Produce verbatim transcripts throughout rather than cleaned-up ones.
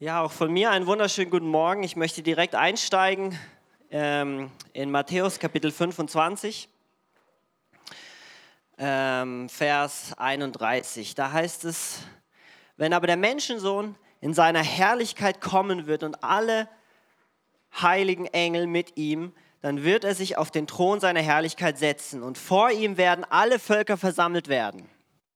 Ja, auch von mir einen wunderschönen guten Morgen. Ich möchte direkt einsteigen ähm, in Matthäus Kapitel fünfundzwanzig, ähm, Vers einunddreißig. Da heißt es, wenn aber der Menschensohn in seiner Herrlichkeit kommen wird und alle heiligen Engel mit ihm, dann wird er sich auf den Thron seiner Herrlichkeit setzen und vor ihm werden alle Völker versammelt werden.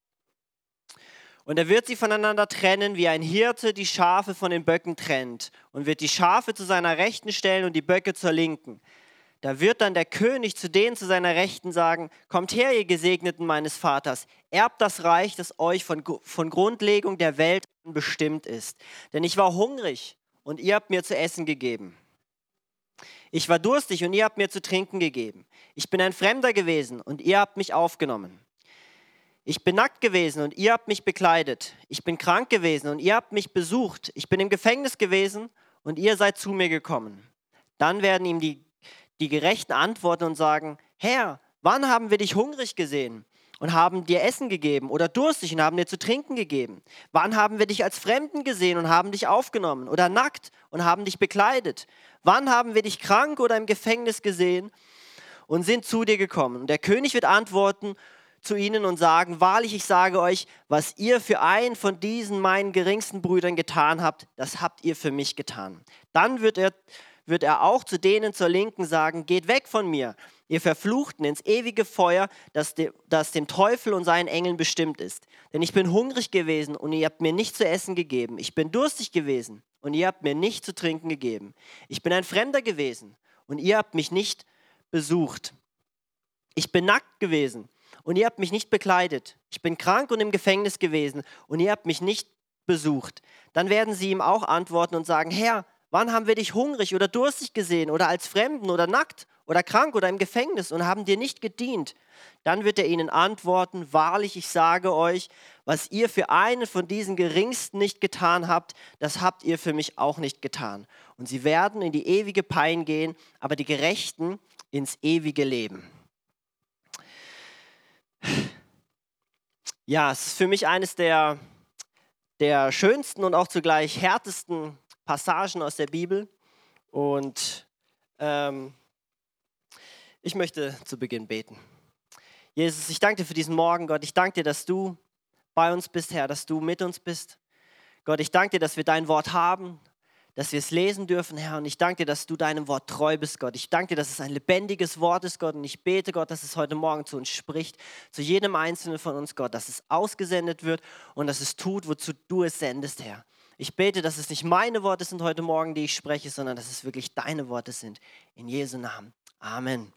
Und er wird sie voneinander trennen, wie ein Hirte die Schafe von den Böcken trennt und wird die Schafe zu seiner Rechten stellen und die Böcke zur Linken. Da wird dann der König zu denen zu seiner Rechten sagen, kommt her, ihr Gesegneten meines Vaters, erbt das Reich, das euch von, von Grundlegung der Welt an bestimmt ist. Denn ich war hungrig und ihr habt mir zu essen gegeben. Ich war durstig und ihr habt mir zu trinken gegeben. Ich bin ein Fremder gewesen und ihr habt mich aufgenommen. Ich bin nackt gewesen und ihr habt mich bekleidet. Ich bin krank gewesen und ihr habt mich besucht. Ich bin im Gefängnis gewesen und ihr seid zu mir gekommen. Dann werden ihm die, die Gerechten antworten und sagen, Herr, wann haben wir dich hungrig gesehen und haben dir Essen gegeben oder durstig und haben dir zu trinken gegeben? Wann haben wir dich als Fremden gesehen und haben dich aufgenommen oder nackt und haben dich bekleidet? Wann haben wir dich krank oder im Gefängnis gesehen und sind zu dir gekommen? Und der König wird antworten zu ihnen und sagen, wahrlich, ich sage euch, was ihr für einen von diesen meinen geringsten Brüdern getan habt, das habt ihr für mich getan. Dann wird er, wird er auch zu denen zur Linken sagen, geht weg von mir, ihr Verfluchten, ins ewige Feuer, das, de, das dem Teufel und seinen Engeln bestimmt ist. Denn ich bin hungrig gewesen und ihr habt mir nicht zu essen gegeben. Ich bin durstig gewesen und ihr habt mir nicht zu trinken gegeben. Ich bin ein Fremder gewesen und ihr habt mich nicht besucht. Ich bin nackt gewesen und ihr habt mich nicht bekleidet. Ich bin krank und im Gefängnis gewesen und ihr habt mich nicht besucht. Dann werden sie ihm auch antworten und sagen, Herr, wann haben wir dich hungrig oder durstig gesehen oder als Fremden oder nackt oder krank oder im Gefängnis und haben dir nicht gedient? Dann wird er ihnen antworten, wahrlich, ich sage euch, was ihr für einen von diesen Geringsten nicht getan habt, das habt ihr für mich auch nicht getan. Und sie werden in die ewige Pein gehen, aber die Gerechten ins ewige Leben. Ja, es ist für mich eines der, der schönsten und auch zugleich härtesten Passagen aus der Bibel. Und ähm, ich möchte zu Beginn beten. Jesus, ich danke dir für diesen Morgen, Gott. Ich danke dir, dass du bei uns bist, Herr, dass du mit uns bist. Gott, ich danke dir, dass wir dein Wort haben, dass wir es lesen dürfen, Herr. Und ich danke dir, dass du deinem Wort treu bist, Gott. Ich danke dir, dass es ein lebendiges Wort ist, Gott. Und ich bete, Gott, dass es heute Morgen zu uns spricht, zu jedem Einzelnen von uns, Gott, dass es ausgesendet wird und dass es tut, wozu du es sendest, Herr. Ich bete, dass es nicht meine Worte sind heute Morgen, die ich spreche, sondern dass es wirklich deine Worte sind. In Jesu Namen. Amen.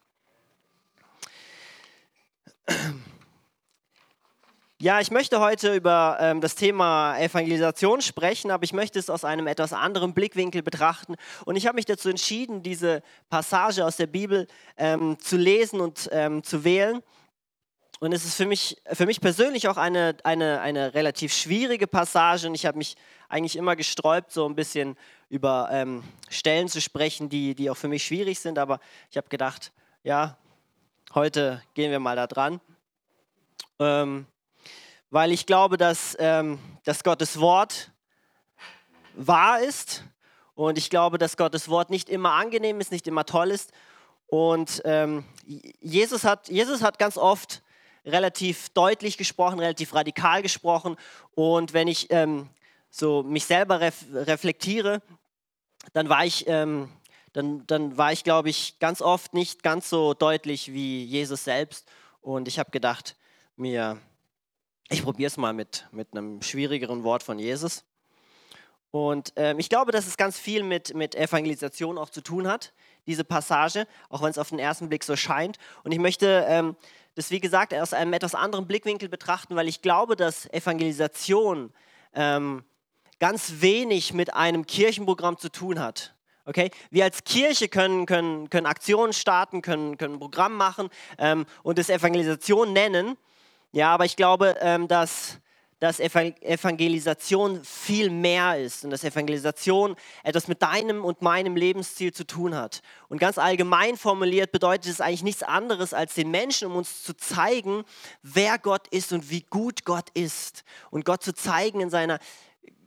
Ja, ich möchte heute über ähm, das Thema Evangelisation sprechen, aber ich möchte es aus einem etwas anderen Blickwinkel betrachten. Und ich habe mich dazu entschieden, diese Passage aus der Bibel ähm, zu lesen und ähm, zu wählen. Und es ist für mich, für mich persönlich auch eine, eine, eine relativ schwierige Passage. Und ich habe mich eigentlich immer gesträubt, so ein bisschen über ähm, Stellen zu sprechen, die, die auch für mich schwierig sind. Aber ich habe gedacht, ja, heute gehen wir mal da dran. Ähm, Weil ich glaube, dass, ähm, dass Gottes Wort wahr ist und ich glaube, dass Gottes Wort nicht immer angenehm ist, nicht immer toll ist. Und ähm, Jesus hat, Jesus hat ganz oft relativ deutlich gesprochen, relativ radikal gesprochen. Und wenn ich ähm, so mich selber ref- reflektiere, dann war ich, ähm, dann, dann war ich, glaube ich, ganz oft nicht ganz so deutlich wie Jesus selbst. Und ich habe gedacht, mir... Ich probiere es mal mit, mit einem schwierigeren Wort von Jesus. Und ähm, ich glaube, dass es ganz viel mit, mit Evangelisation auch zu tun hat, diese Passage, auch wenn es auf den ersten Blick so scheint. Und ich möchte ähm, das, wie gesagt, aus einem etwas anderen Blickwinkel betrachten, weil ich glaube, dass Evangelisation ähm, ganz wenig mit einem Kirchenprogramm zu tun hat. Okay? Wir als Kirche können, können, können Aktionen starten, können, können ein Programm machen ähm, und es Evangelisation nennen. Ja, aber ich glaube, ähm, dass, dass Evangelisation viel mehr ist und dass Evangelisation etwas mit deinem und meinem Lebensziel zu tun hat. Und ganz allgemein formuliert bedeutet es eigentlich nichts anderes, als den Menschen, um uns zu zeigen, wer Gott ist und wie gut Gott ist. Und Gott zu zeigen in seiner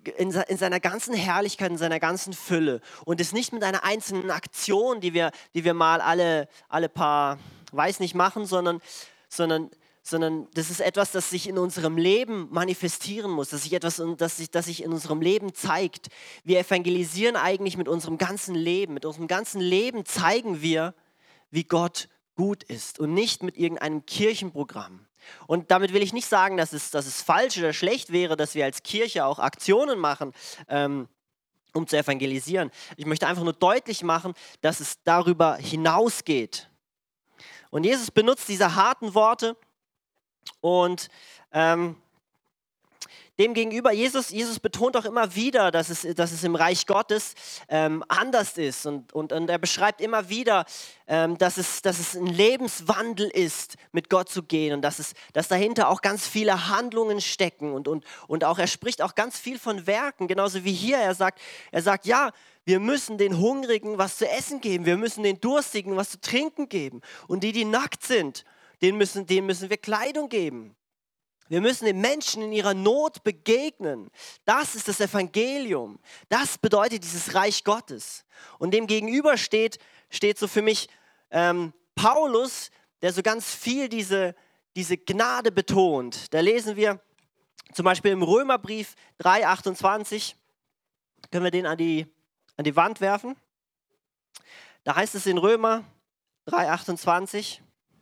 in, in seiner ganzen Herrlichkeit, in seiner ganzen Fülle. Und es nicht mit einer einzelnen Aktion, die wir, die wir mal alle, alle paar, weiß nicht, machen, sondern, sondern, sondern das ist etwas, das sich in unserem Leben manifestieren muss, das sich etwas, das sich, das sich in unserem Leben zeigt. Wir evangelisieren eigentlich mit unserem ganzen Leben. Mit unserem ganzen Leben zeigen wir, wie Gott gut ist und nicht mit irgendeinem Kirchenprogramm. Und damit will ich nicht sagen, dass es, dass es falsch oder schlecht wäre, dass wir als Kirche auch Aktionen machen, ähm, um zu evangelisieren. Ich möchte einfach nur deutlich machen, dass es darüber hinausgeht. Und Jesus benutzt diese harten Worte und ähm, demgegenüber, Jesus, Jesus betont auch immer wieder, dass es, dass es im Reich Gottes ähm, anders ist. Und, und, und er beschreibt immer wieder, ähm, dass, es, dass es ein Lebenswandel ist, mit Gott zu gehen. Und dass, es, dass dahinter auch ganz viele Handlungen stecken. Und, und, und auch er spricht auch ganz viel von Werken, genauso wie hier. Er sagt, er sagt, ja, wir müssen den Hungrigen was zu essen geben. Wir müssen den Durstigen was zu trinken geben. Und die, die nackt sind, denen müssen, denen müssen wir Kleidung geben. Wir müssen den Menschen in ihrer Not begegnen. Das ist das Evangelium. Das bedeutet dieses Reich Gottes. Und dem gegenüber steht, steht so für mich ähm, Paulus, der so ganz viel diese, diese Gnade betont. Da lesen wir zum Beispiel im Römerbrief drei achtundzwanzig. Können wir den an die, an die Wand werfen? Da heißt es in Römer drei achtundzwanzig.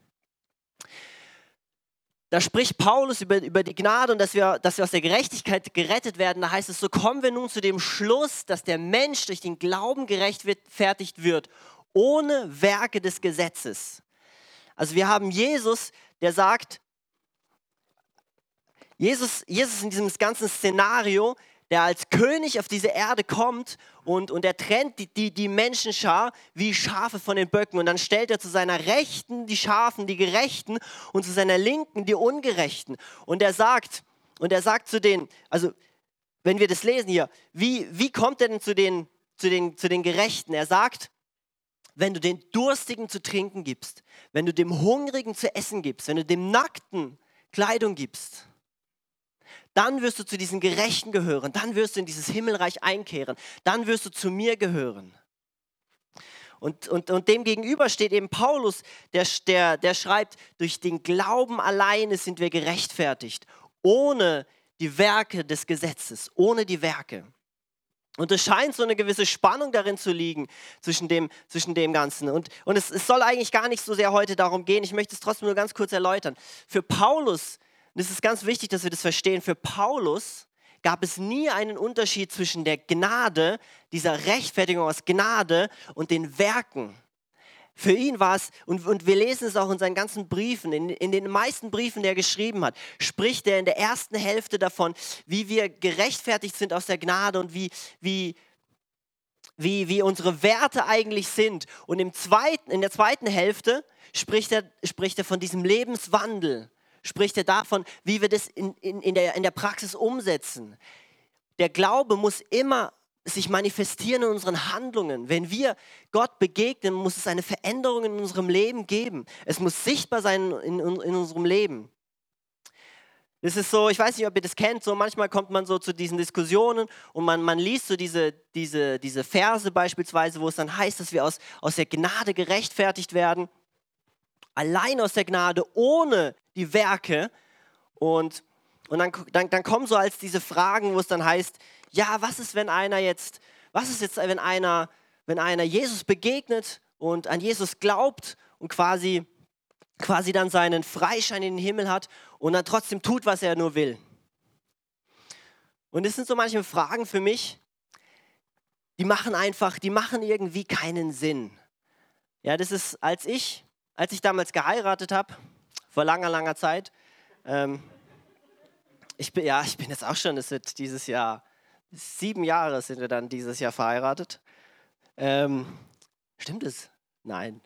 Da spricht Paulus über, über die Gnade und dass wir, dass wir aus der Gerechtigkeit gerettet werden. Da heißt es, so kommen wir nun zu dem Schluss, dass der Mensch durch den Glauben gerechtfertigt wird, ohne Werke des Gesetzes. Also wir haben Jesus, der sagt, Jesus, Jesus in diesem ganzen Szenario, der als König auf diese Erde kommt und, und er trennt die, die, die Menschenschar wie Schafe von den Böcken. Und dann stellt er zu seiner Rechten die Schafen, die Gerechten, und zu seiner Linken die Ungerechten. Und er sagt, und er sagt zu denen, also wenn wir das lesen hier, wie, wie kommt er denn zu den, zu, den, zu den Gerechten? Er sagt, wenn du den Durstigen zu trinken gibst, wenn du dem Hungrigen zu essen gibst, wenn du dem Nackten Kleidung gibst, dann wirst du zu diesen Gerechten gehören, dann wirst du in dieses Himmelreich einkehren, dann wirst du zu mir gehören. Und, und, und dem gegenüber steht eben Paulus, der, der, der schreibt, durch den Glauben alleine sind wir gerechtfertigt, ohne die Werke des Gesetzes, ohne die Werke. Und es scheint so eine gewisse Spannung darin zu liegen, zwischen dem, zwischen dem Ganzen. Und, und es, es soll eigentlich gar nicht so sehr heute darum gehen, ich möchte es trotzdem nur ganz kurz erläutern. Für Paulus, und es ist ganz wichtig, dass wir das verstehen, für Paulus gab es nie einen Unterschied zwischen der Gnade, dieser Rechtfertigung aus Gnade und den Werken. Für ihn war es, und, und wir lesen es auch in seinen ganzen Briefen, in, in den meisten Briefen, die er geschrieben hat, spricht er in der ersten Hälfte davon, wie wir gerechtfertigt sind aus der Gnade und wie, wie, wie, wie unsere Werte eigentlich sind. Und im zweiten, in der zweiten Hälfte spricht er, spricht er von diesem Lebenswandel. Spricht er davon, wie wir das in, in, in, der, in der Praxis umsetzen. Der Glaube muss immer sich manifestieren in unseren Handlungen. Wenn wir Gott begegnen, muss es eine Veränderung in unserem Leben geben. Es muss sichtbar sein in, in, in unserem Leben. Das ist so, ich weiß nicht, ob ihr das kennt, so manchmal kommt man so zu diesen Diskussionen und man, man liest so diese, diese, diese Verse beispielsweise, wo es dann heißt, dass wir aus, aus der Gnade gerechtfertigt werden. Allein aus der Gnade, ohne die Werke. Und, und dann, dann, dann kommen so als diese Fragen, wo es dann heißt, ja, was ist, wenn einer jetzt, was ist jetzt, wenn einer, wenn einer Jesus begegnet und an Jesus glaubt und quasi, quasi dann seinen Freischein in den Himmel hat und dann trotzdem tut, was er nur will. Und das sind so manche Fragen für mich, die machen einfach, die machen irgendwie keinen Sinn. Ja, das ist, als ich Als ich damals geheiratet habe, vor langer, langer Zeit, ähm, ich bin, ja, ich bin jetzt auch schon, es wird dieses Jahr, sieben Jahre sind wir dann dieses Jahr verheiratet. Ähm, stimmt es? Nein.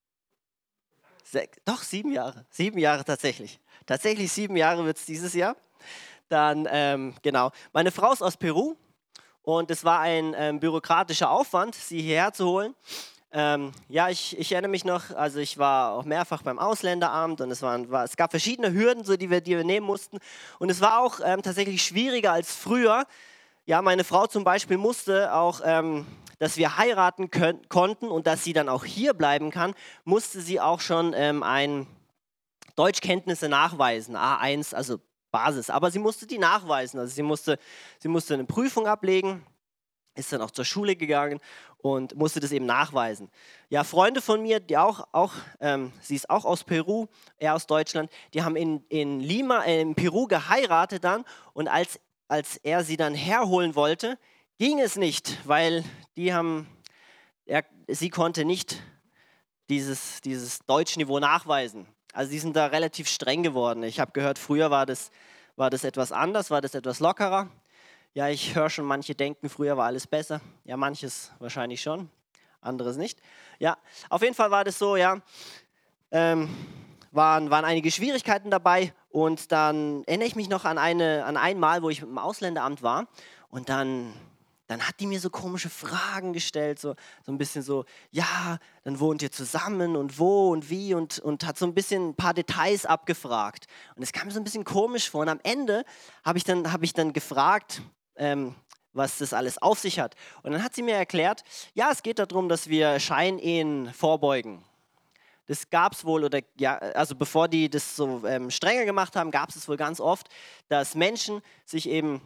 Sech, doch, sieben Jahre. Sieben Jahre tatsächlich. Tatsächlich sieben Jahre wird es dieses Jahr. Dann, ähm, genau, meine Frau ist aus Peru und es war ein ähm, bürokratischer Aufwand, sie hierher zu holen. Ähm, ja, ich, ich erinnere mich noch, also ich war auch mehrfach beim Ausländeramt und es, waren, war, es gab verschiedene Hürden, so, die, wir, die wir nehmen mussten. Und es war auch ähm, tatsächlich schwieriger als früher, Ja, meine Frau zum Beispiel musste auch, ähm, dass wir heiraten können, konnten und dass sie dann auch hier bleiben kann, musste sie auch schon ähm, ein Deutschkenntnisse nachweisen, A eins, also Basis. Aber sie musste die nachweisen. Also sie musste, sie musste eine Prüfung ablegen, ist dann auch zur Schule gegangen und musste das eben nachweisen. Ja, Freunde von mir, die auch, auch ähm, sie ist auch aus Peru, er aus Deutschland, die haben in, in Lima, äh, in Peru geheiratet dann und als, als er sie dann herholen wollte, ging es nicht, weil die haben, er, sie konnte nicht dieses, dieses Deutschniveau nachweisen. Also die sind da relativ streng geworden. Ich habe gehört, früher war das, war das etwas anders, war das etwas lockerer. Ja, ich höre schon, manche denken, früher war alles besser. Ja, manches wahrscheinlich schon, anderes nicht. Ja, auf jeden Fall war das so, ja, ähm, waren, waren einige Schwierigkeiten dabei und dann erinnere ich mich noch an, eine, an ein Mal, wo ich im Ausländeramt war und dann... Dann hat die mir so komische Fragen gestellt, so, so ein bisschen so, ja, dann wohnt ihr zusammen und wo und wie und, und hat so ein bisschen ein paar Details abgefragt. Und es kam mir so ein bisschen komisch vor. Und am Ende habe ich, dann, hab ich dann gefragt, ähm, was das alles auf sich hat. Und dann hat sie mir erklärt, ja, es geht darum, dass wir Scheinehen vorbeugen. Das gab es wohl, oder ja, also bevor die das so ähm, strenger gemacht haben, gab es es wohl ganz oft, dass Menschen sich eben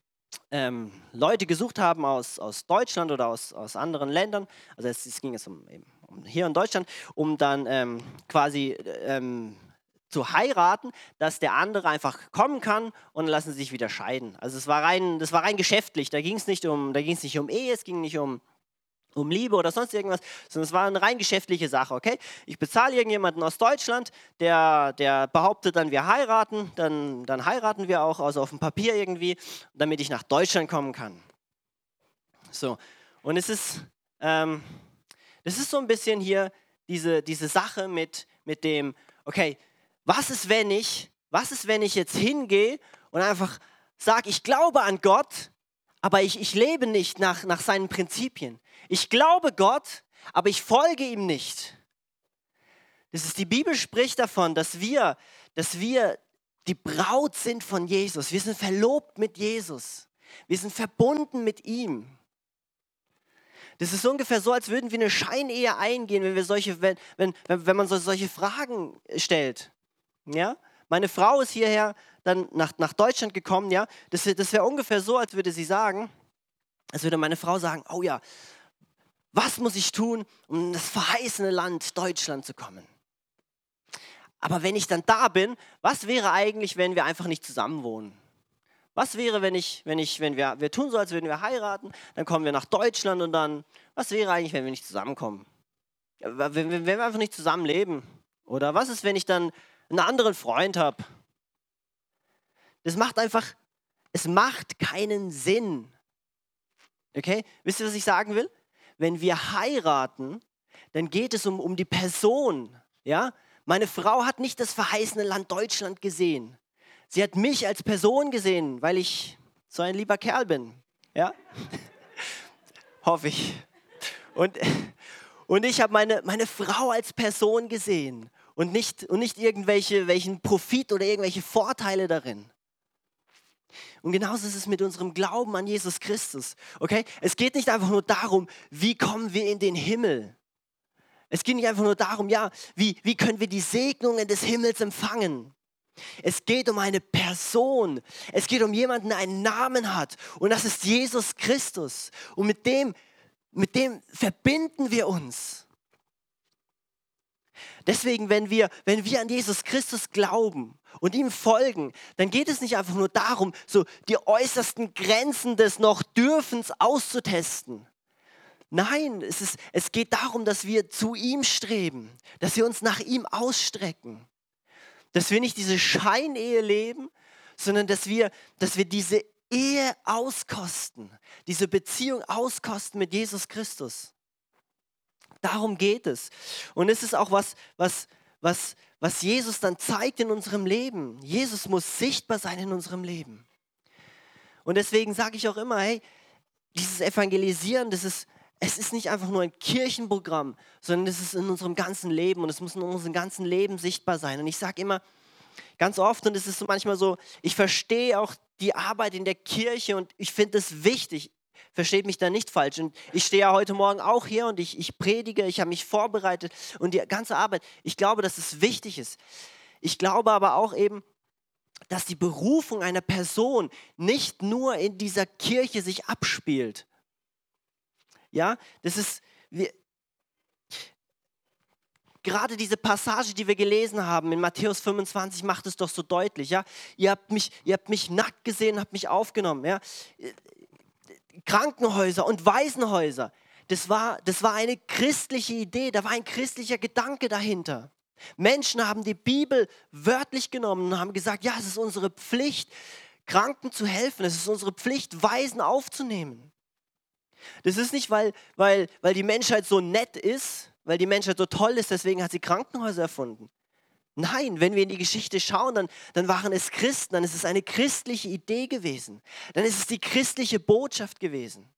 Ähm, Leute gesucht haben aus, aus Deutschland oder aus, aus anderen Ländern, also es, es ging jetzt um, eben, um hier in Deutschland, um dann ähm, quasi ähm, zu heiraten, dass der andere einfach kommen kann und dann lassen sie sich wieder scheiden. Also es war rein, das war rein geschäftlich, da ging es nicht um, da ging es nicht um Ehe, es ging nicht um um Liebe oder sonst irgendwas, sondern es war eine rein geschäftliche Sache, okay? Ich bezahle irgendjemanden aus Deutschland, der, der behauptet dann, wir heiraten, dann, dann heiraten wir auch, also auf dem Papier irgendwie, damit ich nach Deutschland kommen kann. So, und es ist, ähm, das ist so ein bisschen hier diese, diese Sache mit, mit dem, okay, was ist, wenn ich, was ist, wenn ich jetzt hingehe und einfach sage, ich glaube an Gott, aber ich, ich lebe nicht nach, nach seinen Prinzipien. Ich glaube Gott, aber ich folge ihm nicht. Das ist, die Bibel spricht davon, dass wir, dass wir die Braut sind von Jesus. Wir sind verlobt mit Jesus. Wir sind verbunden mit ihm. Das ist ungefähr so, als würden wir eine Scheinehe eingehen, wenn, wir solche, wenn, wenn, wenn man so, solche Fragen stellt. Ja? Meine Frau ist hierher dann nach, nach Deutschland gekommen. Ja? Das, das wäre ungefähr so, als würde sie sagen, als würde meine Frau sagen, oh ja, was muss ich tun, um in das verheißene Land Deutschland zu kommen? Aber wenn ich dann da bin, was wäre eigentlich, wenn wir einfach nicht zusammen wohnen? Was wäre, wenn ich, wenn ich, wenn wir, wir tun so, als würden wir heiraten, dann kommen wir nach Deutschland und dann, was wäre eigentlich, wenn wir nicht zusammenkommen? Wenn, wenn, wenn wir einfach nicht zusammenleben? Oder was ist, wenn ich dann einen anderen Freund habe? Das macht einfach, es macht keinen Sinn. Okay? Wisst ihr, was ich sagen will? Wenn wir heiraten, dann geht es um, um die Person. Ja? Meine Frau hat nicht das verheißene Land Deutschland gesehen. Sie hat mich als Person gesehen, weil ich so ein lieber Kerl bin. Ja? Hoffe ich. Und, und ich habe meine, meine Frau als Person gesehen und nicht, und nicht irgendwelche welchen Profit oder irgendwelche Vorteile darin. Und genauso ist es mit unserem Glauben an Jesus Christus. Okay? Es geht nicht einfach nur darum, wie kommen wir in den Himmel. Es geht nicht einfach nur darum, ja, wie, wie können wir die Segnungen des Himmels empfangen. Es geht um eine Person. Es geht um jemanden, der einen Namen hat. Und das ist Jesus Christus. Und mit dem, mit dem verbinden wir uns. Deswegen, wenn wir, wenn wir an Jesus Christus glauben und ihm folgen, dann geht es nicht einfach nur darum, so die äußersten Grenzen des Noch-Dürfens auszutesten. Nein, es, ist, es geht darum, dass wir zu ihm streben, dass wir uns nach ihm ausstrecken. Dass wir nicht diese Scheinehe leben, sondern dass wir, dass wir diese Ehe auskosten, diese Beziehung auskosten mit Jesus Christus. Darum geht es. Und es ist auch was, was, was, was Jesus dann zeigt in unserem Leben. Jesus muss sichtbar sein in unserem Leben. Und deswegen sage ich auch immer, hey, dieses Evangelisieren, das ist, es ist nicht einfach nur ein Kirchenprogramm, sondern es ist in unserem ganzen Leben und es muss in unserem ganzen Leben sichtbar sein. Und ich sage immer, ganz oft, und es ist manchmal so, ich verstehe auch die Arbeit in der Kirche und ich finde es wichtig. Versteht mich da nicht falsch. Und ich stehe ja heute Morgen auch hier und ich, ich predige, ich habe mich vorbereitet und die ganze Arbeit. Ich glaube, dass es wichtig ist. Ich glaube aber auch eben, dass die Berufung einer Person nicht nur in dieser Kirche sich abspielt. Ja, das ist, wir, gerade diese Passage, die wir gelesen haben in Matthäus fünfundzwanzig, macht es doch so deutlich. Ja? Ihr habt mich, ihr habt mich nackt gesehen, habt mich aufgenommen. Ja? Krankenhäuser und Waisenhäuser, das war, das war eine christliche Idee, da war ein christlicher Gedanke dahinter. Menschen haben die Bibel wörtlich genommen und haben gesagt, ja, es ist unsere Pflicht, Kranken zu helfen, es ist unsere Pflicht, Waisen aufzunehmen. Das ist nicht, weil, weil, weil die Menschheit so nett ist, weil die Menschheit so toll ist, deswegen hat sie Krankenhäuser erfunden. Nein, wenn wir in die Geschichte schauen, dann, dann waren es Christen, dann ist es eine christliche Idee gewesen. Dann ist es die christliche Botschaft gewesen.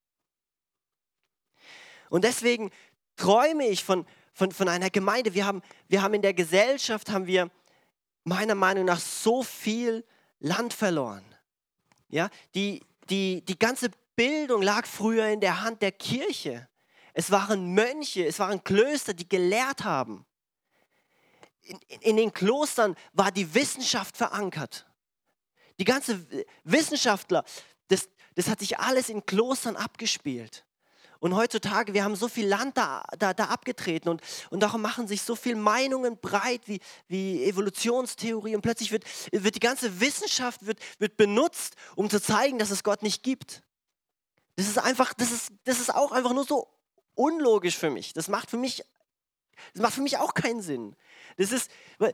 Und deswegen träume ich von, von, von einer Gemeinde. Wir haben, wir haben in der Gesellschaft, haben wir meiner Meinung nach so viel Land verloren. Ja, die, die, die ganze Bildung lag früher in der Hand der Kirche. Es waren Mönche, es waren Klöster, die gelehrt haben. In, in den Klostern war die Wissenschaft verankert. Die ganze Wissenschaftler, das, das hat sich alles in Klostern abgespielt. Und heutzutage, wir haben so viel Land da, da, da abgetreten und, und darum machen sich so viele Meinungen breit wie, wie Evolutionstheorie und plötzlich wird, wird die ganze Wissenschaft wird, wird benutzt, um zu zeigen, dass es Gott nicht gibt. Das ist einfach, das ist, das ist auch einfach nur so unlogisch für mich. Das macht für mich, das macht für mich auch keinen Sinn. Das ist,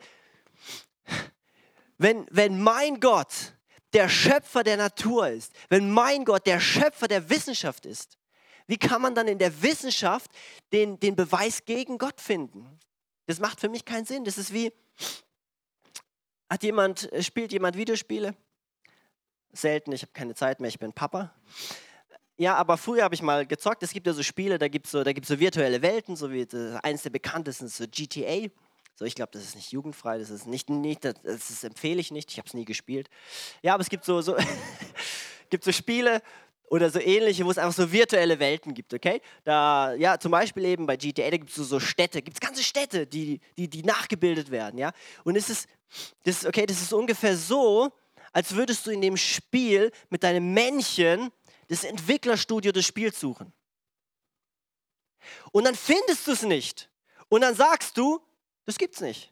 wenn, wenn mein Gott der Schöpfer der Natur ist, wenn mein Gott der Schöpfer der Wissenschaft ist, wie kann man dann in der Wissenschaft den, den Beweis gegen Gott finden? Das macht für mich keinen Sinn. Das ist wie, hat jemand, spielt jemand Videospiele? Selten, ich habe keine Zeit mehr, ich bin Papa. Ja, aber früher habe ich mal gezockt. Es gibt ja so Spiele, da gibt es so, da gibt's so virtuelle Welten, so wie das, eines der bekanntesten ist so G T A. So, ich glaube, das ist nicht jugendfrei, das ist nicht, nicht das, das empfehle ich nicht, ich habe es nie gespielt. Ja, aber es gibt so, so, gibt so Spiele oder so ähnliche, wo es einfach so virtuelle Welten gibt, okay? Da, ja, zum Beispiel eben bei G T A, da gibt es so, so Städte, gibt es ganze Städte, die, die, die nachgebildet werden, ja? Und es ist, das ist, okay, das ist ungefähr so, als würdest du in dem Spiel mit deinem Männchen das Entwicklerstudio des Spiels suchen. Und dann findest du es nicht. Und dann sagst du, das gibt's nicht.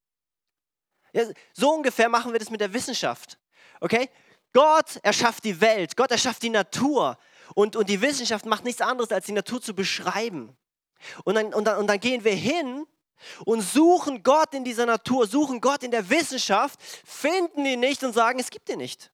Ja, so ungefähr machen wir das mit der Wissenschaft. Okay? Gott erschafft die Welt, Gott erschafft die Natur. Und, und die Wissenschaft macht nichts anderes, als die Natur zu beschreiben. Und dann, und, dann, und dann gehen wir hin und suchen Gott in dieser Natur, suchen Gott in der Wissenschaft, finden ihn nicht und sagen, es gibt ihn nicht.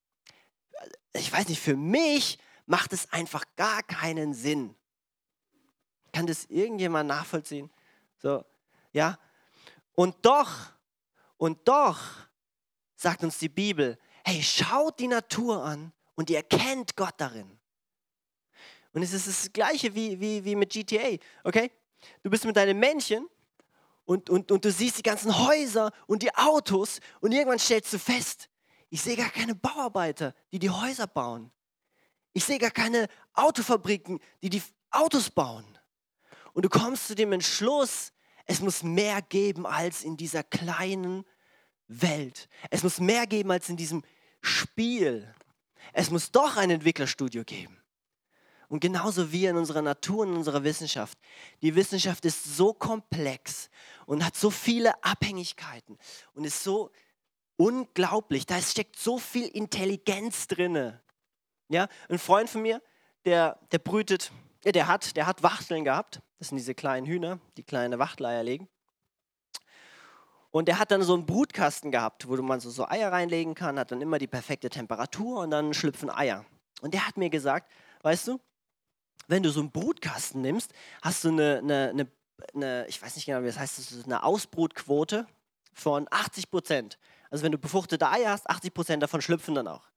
Ich weiß nicht, für mich macht es einfach gar keinen Sinn. Kann das irgendjemand nachvollziehen? So, ja. Und doch, und doch sagt uns die Bibel, hey, schaut die Natur an und ihr erkennt Gott darin. Und es ist das Gleiche wie, wie, wie mit G T A, okay? Du bist mit deinem Männchen und, und, und du siehst die ganzen Häuser und die Autos und irgendwann stellst du fest, ich sehe gar keine Bauarbeiter, die die Häuser bauen. Ich sehe gar keine Autofabriken, die die Autos bauen. Und du kommst zu dem Entschluss, es muss mehr geben als in dieser kleinen Welt. Es muss mehr geben als in diesem Spiel. Es muss doch ein Entwicklerstudio geben. Und genauso wie in unserer Natur und in unserer Wissenschaft. Die Wissenschaft ist so komplex und hat so viele Abhängigkeiten und ist so unglaublich. Da steckt so viel Intelligenz drin. Ja, ein Freund von mir, der, der brütet, der hat, der hat Wachteln gehabt. Das sind diese kleinen Hühner, die kleine Wachteleier legen. Und der hat dann so einen Brutkasten gehabt, wo man so, so Eier reinlegen kann, hat dann immer die perfekte Temperatur und dann schlüpfen Eier. Und der hat mir gesagt, weißt du, wenn du so einen Brutkasten nimmst, hast du eine, eine, eine, eine ich weiß nicht genau, wie das heißt, das ist eine Ausbrutquote von achtzig Prozent. Also wenn du befruchtete Eier hast, achtzig Prozent davon schlüpfen dann auch.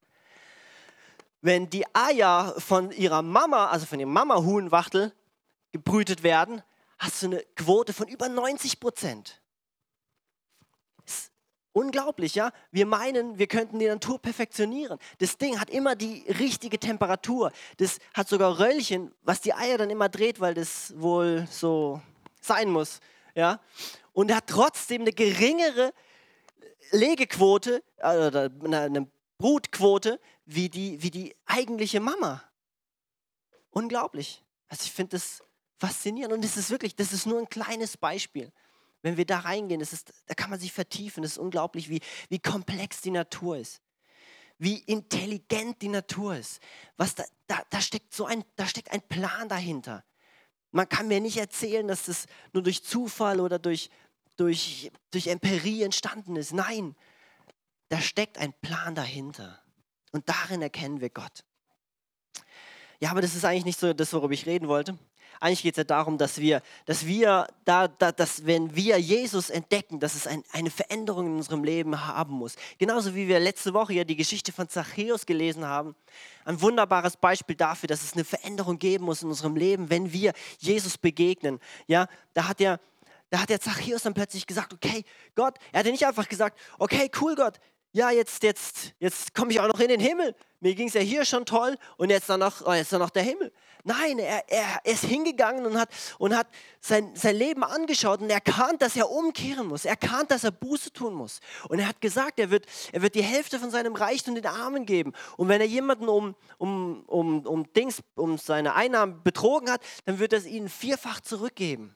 Wenn die Eier von ihrer Mama, also von ihrem Mama-Huhnwachtel gebrütet werden, hast du eine Quote von über neunzig Prozent. Ist Unglaublich, ja? Wir meinen, wir könnten die Natur perfektionieren. Das Ding hat immer die richtige Temperatur. Das hat sogar Röllchen, was die Eier dann immer dreht, weil das wohl so sein muss, ja? Und hat trotzdem eine geringere Legequote, äh, eine Brutquote, wie die, wie die eigentliche Mama. Unglaublich. Also ich finde das faszinierend und das ist wirklich, das ist nur ein kleines Beispiel. Wenn wir da reingehen, das ist, da kann man sich vertiefen. Das ist unglaublich, wie, wie komplex die Natur ist. Wie intelligent die Natur ist. Was da, da, da, steckt so ein, da steckt ein Plan dahinter. Man kann mir nicht erzählen, dass das nur durch Zufall oder durch, durch, durch Empirie entstanden ist. Nein, da steckt ein Plan dahinter. Und darin erkennen wir Gott. Ja, aber das ist eigentlich nicht so das, worüber ich reden wollte. Eigentlich geht es ja darum, dass wir, dass wir, da, da, dass wenn wir Jesus entdecken, dass es ein, eine Veränderung in unserem Leben haben muss. Genauso wie wir letzte Woche ja die Geschichte von Zachäus gelesen haben. Ein wunderbares Beispiel dafür, dass es eine Veränderung geben muss in unserem Leben, wenn wir Jesus begegnen. Ja, da hat der, da hat der Zachäus dann plötzlich gesagt, okay, Gott, er hat ja nicht einfach gesagt, okay, cool Gott, ja, jetzt, jetzt, jetzt komme ich auch noch in den Himmel. Mir ging es ja hier schon toll und jetzt dann noch, oh, jetzt dann noch der Himmel. Nein, er, er, er ist hingegangen und hat, und hat sein, sein Leben angeschaut und erkannt, dass er umkehren muss. Er erkannt, dass er Buße tun muss. Und er hat gesagt, er wird, er wird die Hälfte von seinem Reichtum den Armen geben. Und wenn er jemanden um, um, um, um, Dings, um seine Einnahmen betrogen hat, dann wird er es ihnen vierfach zurückgeben.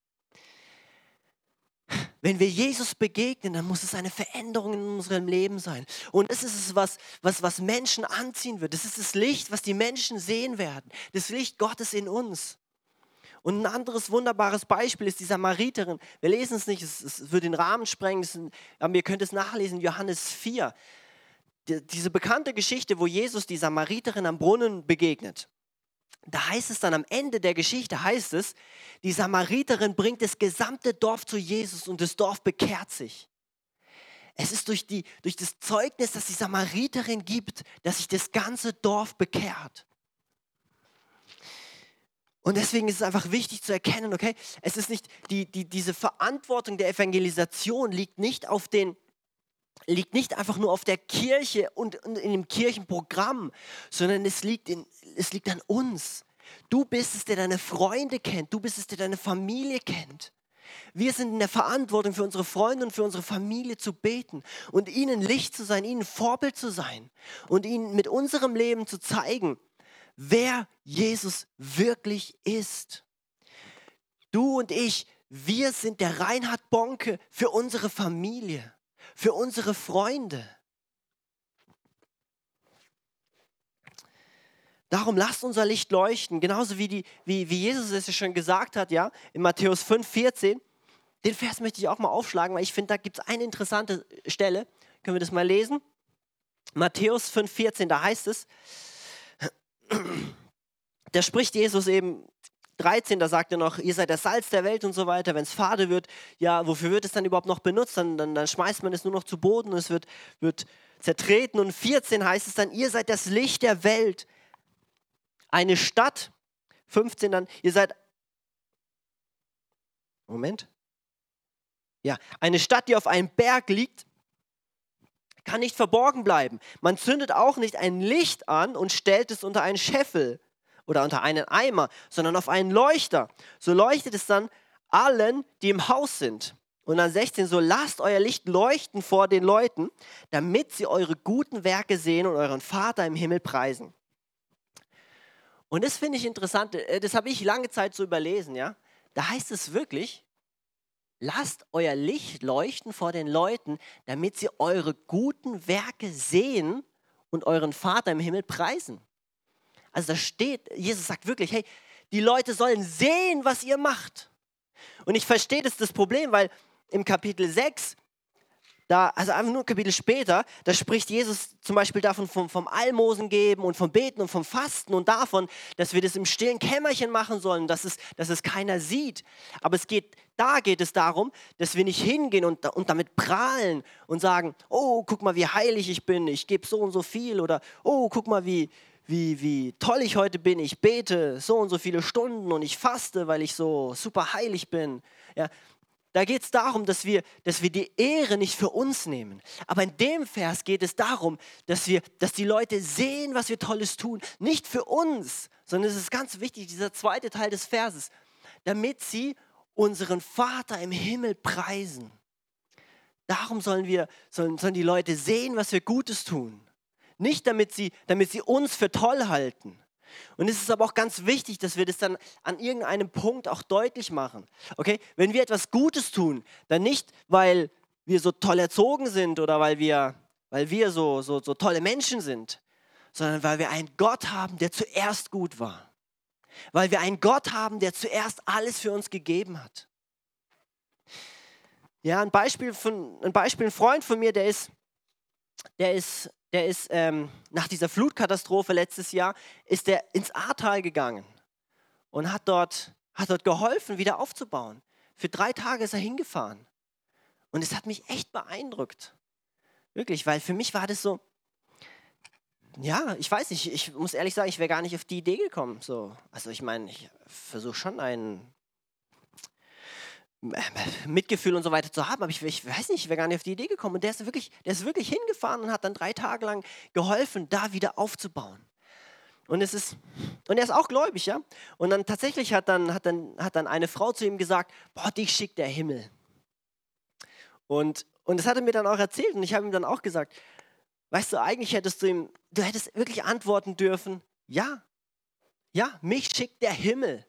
Wenn wir Jesus begegnen, dann muss es eine Veränderung in unserem Leben sein. Und das ist es, was, was, was Menschen anziehen wird. Das ist das Licht, was die Menschen sehen werden. Das Licht Gottes in uns. Und ein anderes wunderbares Beispiel ist die Samariterin. Wir lesen es nicht, es, es wird den Rahmen sprengen, es, aber ihr könnt es nachlesen, Johannes vier. Die, diese bekannte Geschichte, wo Jesus die Samariterin am Brunnen begegnet. Da heißt es dann am Ende der Geschichte, heißt es, die Samariterin bringt das gesamte Dorf zu Jesus und das Dorf bekehrt sich. Es ist durch, die, durch das Zeugnis, das die Samariterin gibt, dass sich das ganze Dorf bekehrt. Und deswegen ist es einfach wichtig zu erkennen, okay, es ist nicht, die, die, diese Verantwortung der Evangelisation liegt nicht auf den liegt nicht einfach nur auf der Kirche und in dem Kirchenprogramm, sondern es liegt, in, es liegt an uns. Du bist es, der deine Freunde kennt. Du bist es, der deine Familie kennt. Wir sind in der Verantwortung für unsere Freunde und für unsere Familie zu beten und ihnen Licht zu sein, ihnen Vorbild zu sein und ihnen mit unserem Leben zu zeigen, wer Jesus wirklich ist. Du und ich, wir sind der Reinhard Bonke für unsere Familie. Für unsere Freunde. Darum lasst unser Licht leuchten, genauso wie, die, wie, wie Jesus es ja schon gesagt hat, ja, in Matthäus fünf, vierzehn. Den Vers möchte ich auch mal aufschlagen, weil ich finde, da gibt es eine interessante Stelle. Können wir das mal lesen? Matthäus fünf, vierzehn, da heißt es, da spricht Jesus eben, dreizehn, da sagt er noch, ihr seid das Salz der Welt und so weiter. Wenn es fade wird, ja, wofür wird es dann überhaupt noch benutzt? Dann, dann, dann schmeißt man es nur noch zu Boden und es wird, wird zertreten. Und vierzehn heißt es dann, ihr seid das Licht der Welt. Eine Stadt, fünfzehn dann, ihr seid, Moment, ja, eine Stadt, die auf einem Berg liegt, kann nicht verborgen bleiben. Man zündet auch nicht ein Licht an und stellt es unter einen Scheffel oder unter einen Eimer, sondern auf einen Leuchter. So leuchtet es dann allen, die im Haus sind. Und dann sechzehn, so lasst euer Licht leuchten vor den Leuten, damit sie eure guten Werke sehen und euren Vater im Himmel preisen. Und das finde ich interessant, das habe ich lange Zeit so überlesen, ja. Da heißt es wirklich, lasst euer Licht leuchten vor den Leuten, damit sie eure guten Werke sehen und euren Vater im Himmel preisen. Also da steht, Jesus sagt wirklich, hey, die Leute sollen sehen, was ihr macht. Und ich verstehe das, das Problem, weil im Kapitel sechs, da, also einfach nur ein Kapitel später, da spricht Jesus zum Beispiel davon vom, vom Almosen geben und vom Beten und vom Fasten und davon, dass wir das im stillen Kämmerchen machen sollen, dass es, dass es keiner sieht. Aber es geht, da geht es darum, dass wir nicht hingehen und, und damit prahlen und sagen, oh, guck mal, wie heilig ich bin, ich gebe so und so viel oder oh, guck mal, wie, wie, wie toll ich heute bin, ich bete so und so viele Stunden und ich faste, weil ich so super heilig bin. Ja, da geht es darum, dass wir, dass wir die Ehre nicht für uns nehmen. Aber in dem Vers geht es darum, dass, wir, dass die Leute sehen, was wir Tolles tun. Nicht für uns, sondern es ist ganz wichtig, dieser zweite Teil des Verses, damit sie unseren Vater im Himmel preisen. Darum sollen, wir, sollen, sollen die Leute sehen, was wir Gutes tun. Nicht damit sie, damit sie uns für toll halten. Und es ist aber auch ganz wichtig, dass wir das dann an irgendeinem Punkt auch deutlich machen. Okay? Wenn wir etwas Gutes tun, dann nicht, weil wir so toll erzogen sind oder weil wir, weil wir so, so, so tolle Menschen sind, sondern weil wir einen Gott haben, der zuerst gut war. Weil wir einen Gott haben, der zuerst alles für uns gegeben hat. Ja, ein Beispiel, von, ein Beispiel, ein Freund von mir, der ist, der ist Der ist ähm, nach dieser Flutkatastrophe letztes Jahr, ist der ins Ahrtal gegangen und hat dort, hat dort geholfen, wieder aufzubauen. Für drei Tage ist er hingefahren. Und es hat mich echt beeindruckt. Wirklich, weil für mich war das so, ja, ich weiß nicht, ich muss ehrlich sagen, ich wäre gar nicht auf die Idee gekommen. So. Also ich meine, ich versuche schon ein Mitgefühl und so weiter zu haben, aber ich, ich weiß nicht, ich wäre gar nicht auf die Idee gekommen. Und der ist wirklich, der ist wirklich hingefahren und hat dann drei Tage lang geholfen, da wieder aufzubauen. Und es ist, und er ist auch gläubig, ja. Und dann tatsächlich hat dann, hat dann, hat dann eine Frau zu ihm gesagt, boah, dich schickt der Himmel. Und, und das hat er mir dann auch erzählt und ich habe ihm dann auch gesagt, weißt du, eigentlich hättest du ihm, du hättest wirklich antworten dürfen, ja, ja, mich schickt der Himmel.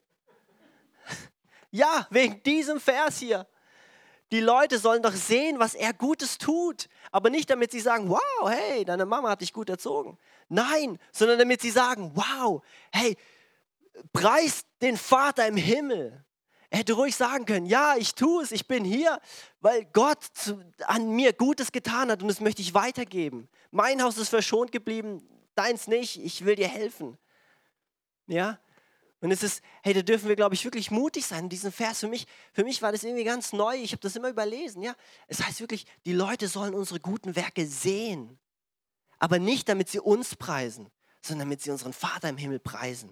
Ja, wegen diesem Vers hier. Die Leute sollen doch sehen, was er Gutes tut. Aber nicht, damit sie sagen, wow, hey, deine Mama hat dich gut erzogen. Nein, sondern damit sie sagen, wow, hey, preist den Vater im Himmel. Er hätte ruhig sagen können, ja, ich tue es, ich bin hier, weil Gott zu, an mir Gutes getan hat und das möchte ich weitergeben. Mein Haus ist verschont geblieben, deins nicht, ich will dir helfen. Ja, und es ist, hey, da dürfen wir, glaube ich, wirklich mutig sein in diesem Vers. Für mich, für mich war das irgendwie ganz neu, ich habe das immer überlesen. Ja? Es heißt wirklich, die Leute sollen unsere guten Werke sehen. Aber nicht, damit sie uns preisen, sondern damit sie unseren Vater im Himmel preisen.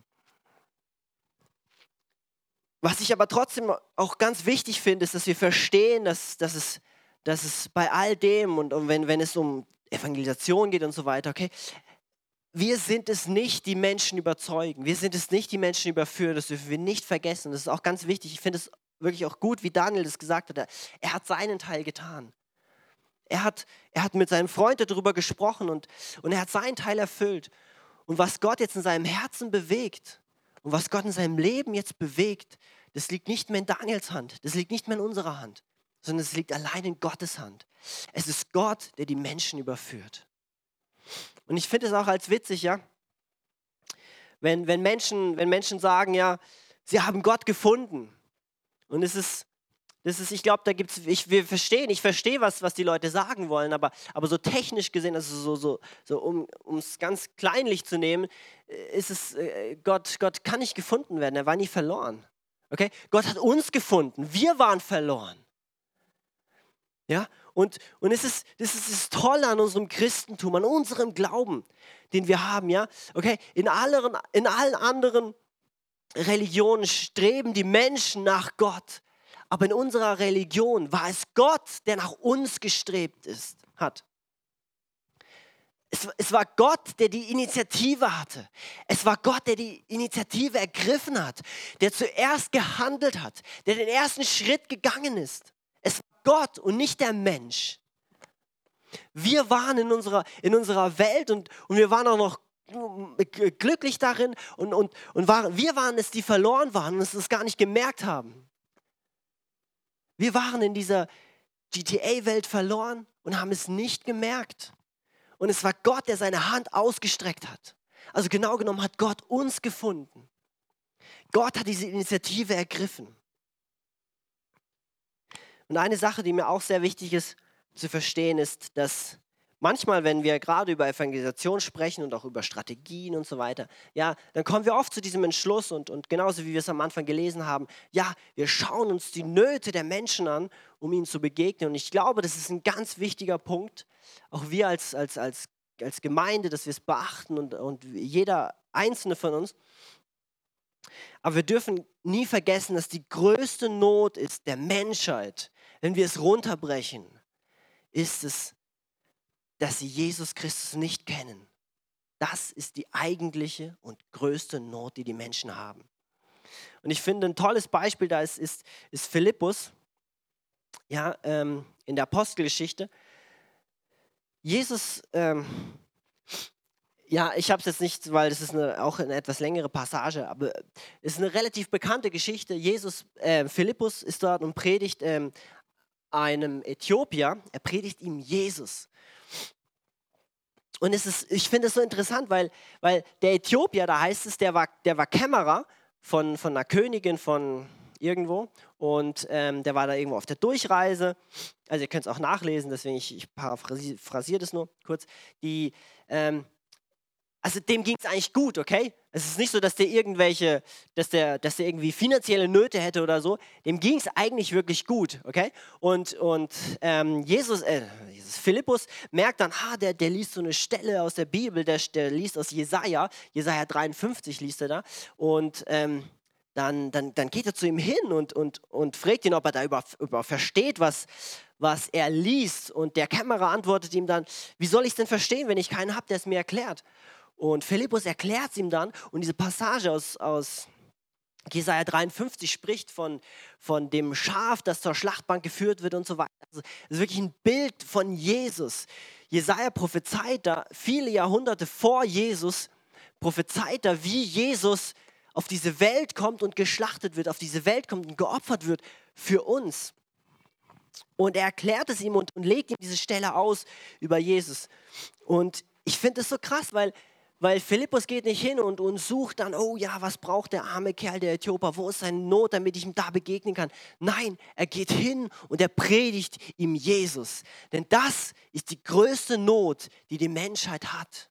Was ich aber trotzdem auch ganz wichtig finde, ist, dass wir verstehen, dass, dass, es, dass es bei all dem und, und wenn, wenn es um Evangelisation geht und so weiter, okay, wir sind es nicht, die Menschen überzeugen. Wir sind es nicht, die Menschen überführen. Das dürfen wir nicht vergessen. Das ist auch ganz wichtig. Ich finde es wirklich auch gut, wie Daniel das gesagt hat. Er hat seinen Teil getan. Er hat, er hat mit seinem Freund darüber gesprochen und, und er hat seinen Teil erfüllt. Und was Gott jetzt in seinem Herzen bewegt und was Gott in seinem Leben jetzt bewegt, das liegt nicht mehr in Daniels Hand. Das liegt nicht mehr in unserer Hand, sondern es liegt allein in Gottes Hand. Es ist Gott, der die Menschen überführt. Und ich finde es auch als witzig, ja, wenn, wenn, Menschen, wenn Menschen sagen, ja, sie haben Gott gefunden. Und es ist, das ist ich glaube, da gibt es, wir verstehen, ich verstehe, was, was die Leute sagen wollen, aber, aber so technisch gesehen, also so, so, so um es ganz kleinlich zu nehmen, ist es, Gott, Gott kann nicht gefunden werden, er war nie verloren. Okay? Gott hat uns gefunden, wir waren verloren. Ja, und, und es ist, das ist das Tolle an unserem Christentum, an unserem Glauben, den wir haben, ja. Okay, in allen, in allen anderen Religionen streben die Menschen nach Gott, aber in unserer Religion war es Gott, der nach uns gestrebt ist, hat. Es, es war Gott, der die Initiative hatte. Es war Gott, der die Initiative ergriffen hat, der zuerst gehandelt hat, der den ersten Schritt gegangen ist. Es war Gott und nicht der Mensch. Wir waren in unserer, in unserer Welt und, und wir waren auch noch glücklich darin und, und, und waren, wir waren es, die verloren waren und es gar nicht gemerkt haben. Wir waren in dieser G T A-Welt verloren und haben es nicht gemerkt. Und es war Gott, der seine Hand ausgestreckt hat. Also genau genommen hat Gott uns gefunden. Gott hat diese Initiative ergriffen. Und eine Sache, die mir auch sehr wichtig ist zu verstehen, ist, dass manchmal, wenn wir gerade über Evangelisation sprechen und auch über Strategien und so weiter, ja, dann kommen wir oft zu diesem Entschluss und, und genauso wie wir es am Anfang gelesen haben, ja, wir schauen uns die Nöte der Menschen an, um ihnen zu begegnen. Und ich glaube, das ist ein ganz wichtiger Punkt, auch wir als, als, als, als Gemeinde, dass wir es beachten und, und jeder Einzelne von uns. Aber wir dürfen nie vergessen, dass die größte Not ist der Menschheit, wenn wir es runterbrechen, ist es, dass sie Jesus Christus nicht kennen. Das ist die eigentliche und größte Not, die die Menschen haben. Und ich finde, ein tolles Beispiel da ist, ist, ist Philippus, ja, ähm, in der Apostelgeschichte. Jesus, ähm, ja, ich habe es jetzt nicht, weil das ist eine, auch eine etwas längere Passage, aber es ist eine relativ bekannte Geschichte. Jesus, äh, Philippus ist dort und predigt ähm, einem Äthiopier, er predigt ihm Jesus. Und es ist, ich finde es so interessant, weil, weil der Äthiopier, da heißt es, der war, der war Kämmerer von, von einer Königin von irgendwo und ähm, der war da irgendwo auf der Durchreise. Also ihr könnt es auch nachlesen, deswegen ich, ich paraphrasiere das nur kurz. Die, ähm, also dem ging es eigentlich gut, okay? Es ist nicht so, dass der irgendwelche, dass der, dass der irgendwie finanzielle Nöte hätte oder so. Dem ging es eigentlich wirklich gut, okay? Und, und ähm, Jesus, äh, Jesus, Philippus merkt dann, ah, der, der liest so eine Stelle aus der Bibel, der, der liest aus Jesaja, Jesaja dreiundfünfzig liest er da. Und ähm, dann, dann, dann geht er zu ihm hin und, und, und fragt ihn, ob er da über, über versteht, was, was er liest. Und der Kämmerer antwortet ihm dann, wie soll ich es denn verstehen, wenn ich keinen habe, der es mir erklärt? Und Philippus erklärt es ihm dann und diese Passage aus, aus Jesaja dreiundfünfzig spricht von, von dem Schaf, das zur Schlachtbank geführt wird und so weiter. Also, es ist wirklich ein Bild von Jesus. Jesaja prophezeit da viele Jahrhunderte vor Jesus, prophezeit da, wie Jesus auf diese Welt kommt und geschlachtet wird, auf diese Welt kommt und geopfert wird für uns. Und er erklärt es ihm und, und legt ihm diese Stelle aus über Jesus. Und ich finde es so krass, weil, weil Philippus geht nicht hin und, und sucht dann, oh ja, was braucht der arme Kerl, der Äthioper, wo ist seine Not, damit ich ihm da begegnen kann. Nein, er geht hin und er predigt ihm Jesus. Denn das ist die größte Not, die die Menschheit hat.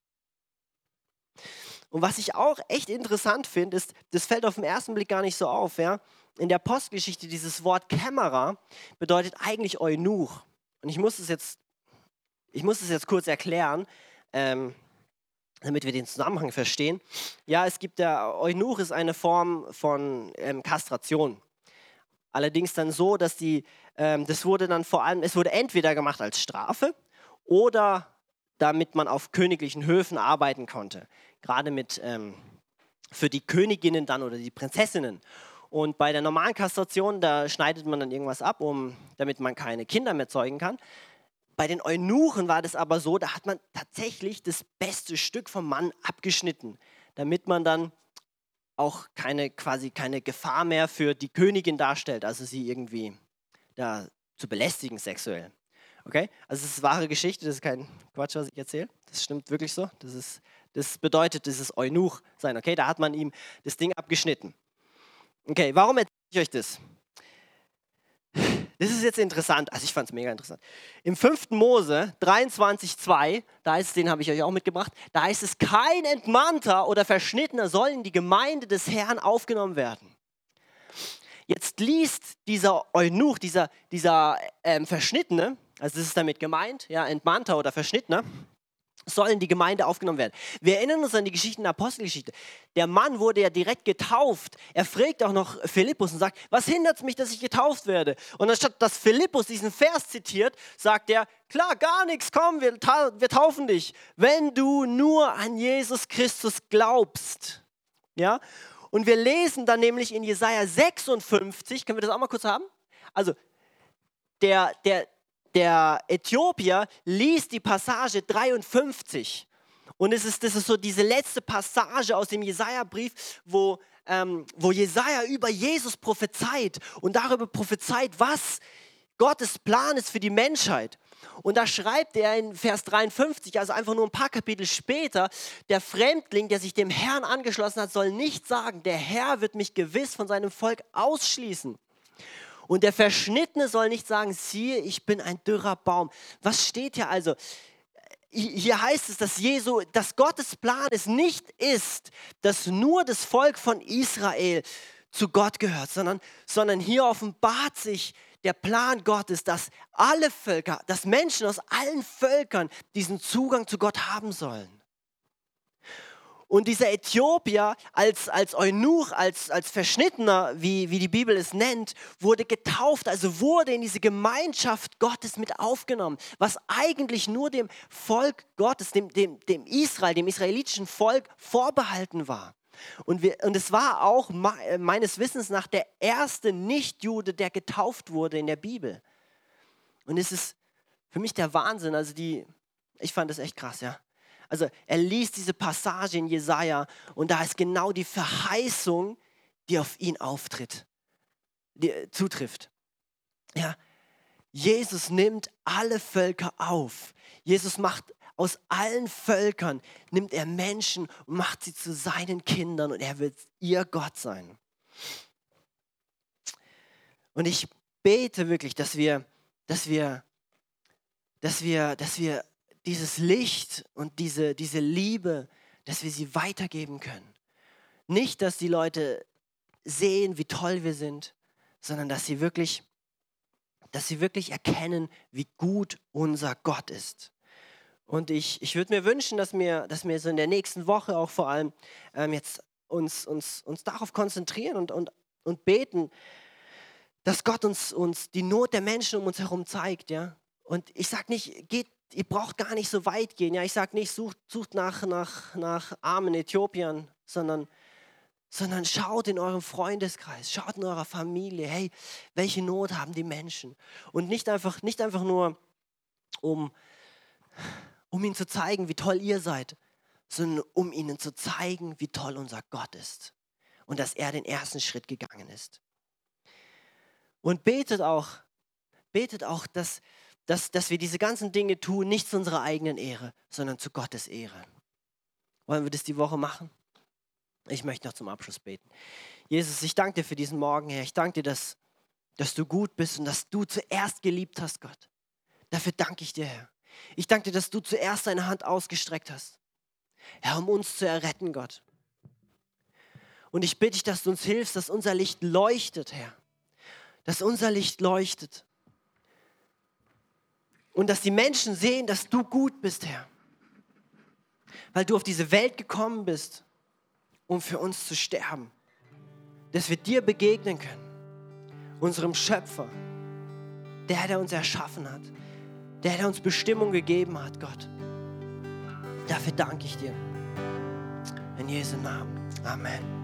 Und was ich auch echt interessant finde, ist, das fällt auf den ersten Blick gar nicht so auf. Ja? In der Apostelgeschichte, dieses Wort Kämmerer bedeutet eigentlich Eunuch. Und ich muss es jetzt, ich muss es jetzt kurz erklären, ähm, damit wir den Zusammenhang verstehen. Ja, es gibt der Eunuch ist eine Form von ähm, Kastration. Allerdings dann so, dass die, ähm, das wurde dann vor allem, es wurde entweder gemacht als Strafe oder damit man auf königlichen Höfen arbeiten konnte. Gerade mit, ähm, für die Königinnen dann oder die Prinzessinnen. Und bei der normalen Kastration, da schneidet man dann irgendwas ab, um, damit man keine Kinder mehr zeugen kann. Bei den Eunuchen war das aber so, da hat man tatsächlich das beste Stück vom Mann abgeschnitten, damit man dann auch keine, quasi keine Gefahr mehr für die Königin darstellt, also sie irgendwie da zu belästigen sexuell. Okay? Also es ist wahre Geschichte, das ist kein Quatsch, was ich erzähle. Das stimmt wirklich so. Das, ist, das bedeutet, das ist Eunuch sein. Okay? Da hat man ihm das Ding abgeschnitten. Okay, warum erzähle ich euch das? Das ist jetzt interessant, also ich fand es mega interessant. Im fünften Mose dreiundzwanzig zwei, da ist es, den habe ich euch auch mitgebracht, da heißt es, kein Entmannter oder Verschnittener soll in die Gemeinde des Herrn aufgenommen werden. Jetzt liest dieser Eunuch, dieser, dieser ähm, Verschnittene, also das ist damit gemeint, ja, Entmannter oder Verschnittener, soll in die Gemeinde aufgenommen werden. Wir erinnern uns an die Geschichte in der Apostelgeschichte. Der Mann wurde ja direkt getauft. Er fragt auch noch Philippus und sagt, was hindert mich, dass ich getauft werde? Und anstatt dass Philippus diesen Vers zitiert, sagt er, klar, gar nichts, komm, wir, ta- wir taufen dich, wenn du nur an Jesus Christus glaubst. Ja? Und wir lesen dann nämlich in Jesaja sechsundfünfzig, können wir das auch mal kurz haben? Also, der, der, Der Äthiopier liest die Passage dreiundfünfzig und es ist, das ist so diese letzte Passage aus dem Jesaja-Brief, wo, ähm, wo Jesaja über Jesus prophezeit und darüber prophezeit, was Gottes Plan ist für die Menschheit. Und da schreibt er in Vers dreiundfünfzig, also einfach nur ein paar Kapitel später, der Fremdling, der sich dem Herrn angeschlossen hat, soll nicht sagen, der Herr wird mich gewiss von seinem Volk ausschließen. Und der Verschnittene soll nicht sagen, siehe, ich bin ein dürrer Baum. Was steht hier also? Hier heißt es, dass, Jesu, dass Gottes Plan es nicht ist, dass nur das Volk von Israel zu Gott gehört, sondern, sondern hier offenbart sich der Plan Gottes, dass alle Völker, dass Menschen aus allen Völkern diesen Zugang zu Gott haben sollen. Und dieser Äthiopier als, als Eunuch, als, als Verschnittener, wie, wie die Bibel es nennt, wurde getauft, also wurde in diese Gemeinschaft Gottes mit aufgenommen, was eigentlich nur dem Volk Gottes, dem, dem, dem Israel, dem israelitischen Volk vorbehalten war. Und, wir, und es war auch me, meines Wissens nach der erste Nichtjude, der getauft wurde in der Bibel. Und es ist für mich der Wahnsinn, also die, ich fand das echt krass, ja. Also er liest diese Passage in Jesaja und da ist genau die Verheißung, die auf ihn auftritt, die äh, zutrifft. Ja, Jesus nimmt alle Völker auf. Jesus macht aus allen Völkern, nimmt er Menschen und macht sie zu seinen Kindern und er wird ihr Gott sein. Und ich bete wirklich, dass wir, dass wir, dass wir, dass wir dieses Licht und diese, diese Liebe, dass wir sie weitergeben können. Nicht, dass die Leute sehen, wie toll wir sind, sondern dass sie wirklich, dass sie wirklich erkennen, wie gut unser Gott ist. Und ich, ich würde mir wünschen, dass wir, dass wir so in der nächsten Woche auch vor allem ähm, jetzt uns, uns, uns darauf konzentrieren und, und, und beten, dass Gott uns, uns die Not der Menschen um uns herum zeigt. Ja? Und ich sage nicht, geht Ihr braucht gar nicht so weit gehen. Ja, ich sage nicht, sucht, sucht nach, nach, nach armen Äthiopiern, sondern, sondern schaut in eurem Freundeskreis, schaut in eurer Familie. Hey, welche Not haben die Menschen? Und nicht einfach, nicht einfach nur, um, um ihnen zu zeigen, wie toll ihr seid, sondern um ihnen zu zeigen, wie toll unser Gott ist. Und dass er den ersten Schritt gegangen ist. Und betet auch, betet auch, dass Dass, dass wir diese ganzen Dinge tun, nicht zu unserer eigenen Ehre, sondern zu Gottes Ehre. Wollen wir das die Woche machen? Ich möchte noch zum Abschluss beten. Jesus, ich danke dir für diesen Morgen, Herr. Ich danke dir, dass, dass du gut bist und dass du zuerst geliebt hast, Gott. Dafür danke ich dir, Herr. Ich danke dir, dass du zuerst deine Hand ausgestreckt hast, Herr, um uns zu erretten, Gott. Und ich bitte dich, dass du uns hilfst, dass unser Licht leuchtet, Herr. Dass unser Licht leuchtet. Und dass die Menschen sehen, dass du gut bist, Herr. Weil du auf diese Welt gekommen bist, um für uns zu sterben. Dass wir dir begegnen können. Unserem Schöpfer. Der, der uns erschaffen hat. Der, der uns Bestimmung gegeben hat, Gott. Dafür danke ich dir. In Jesu Namen. Amen.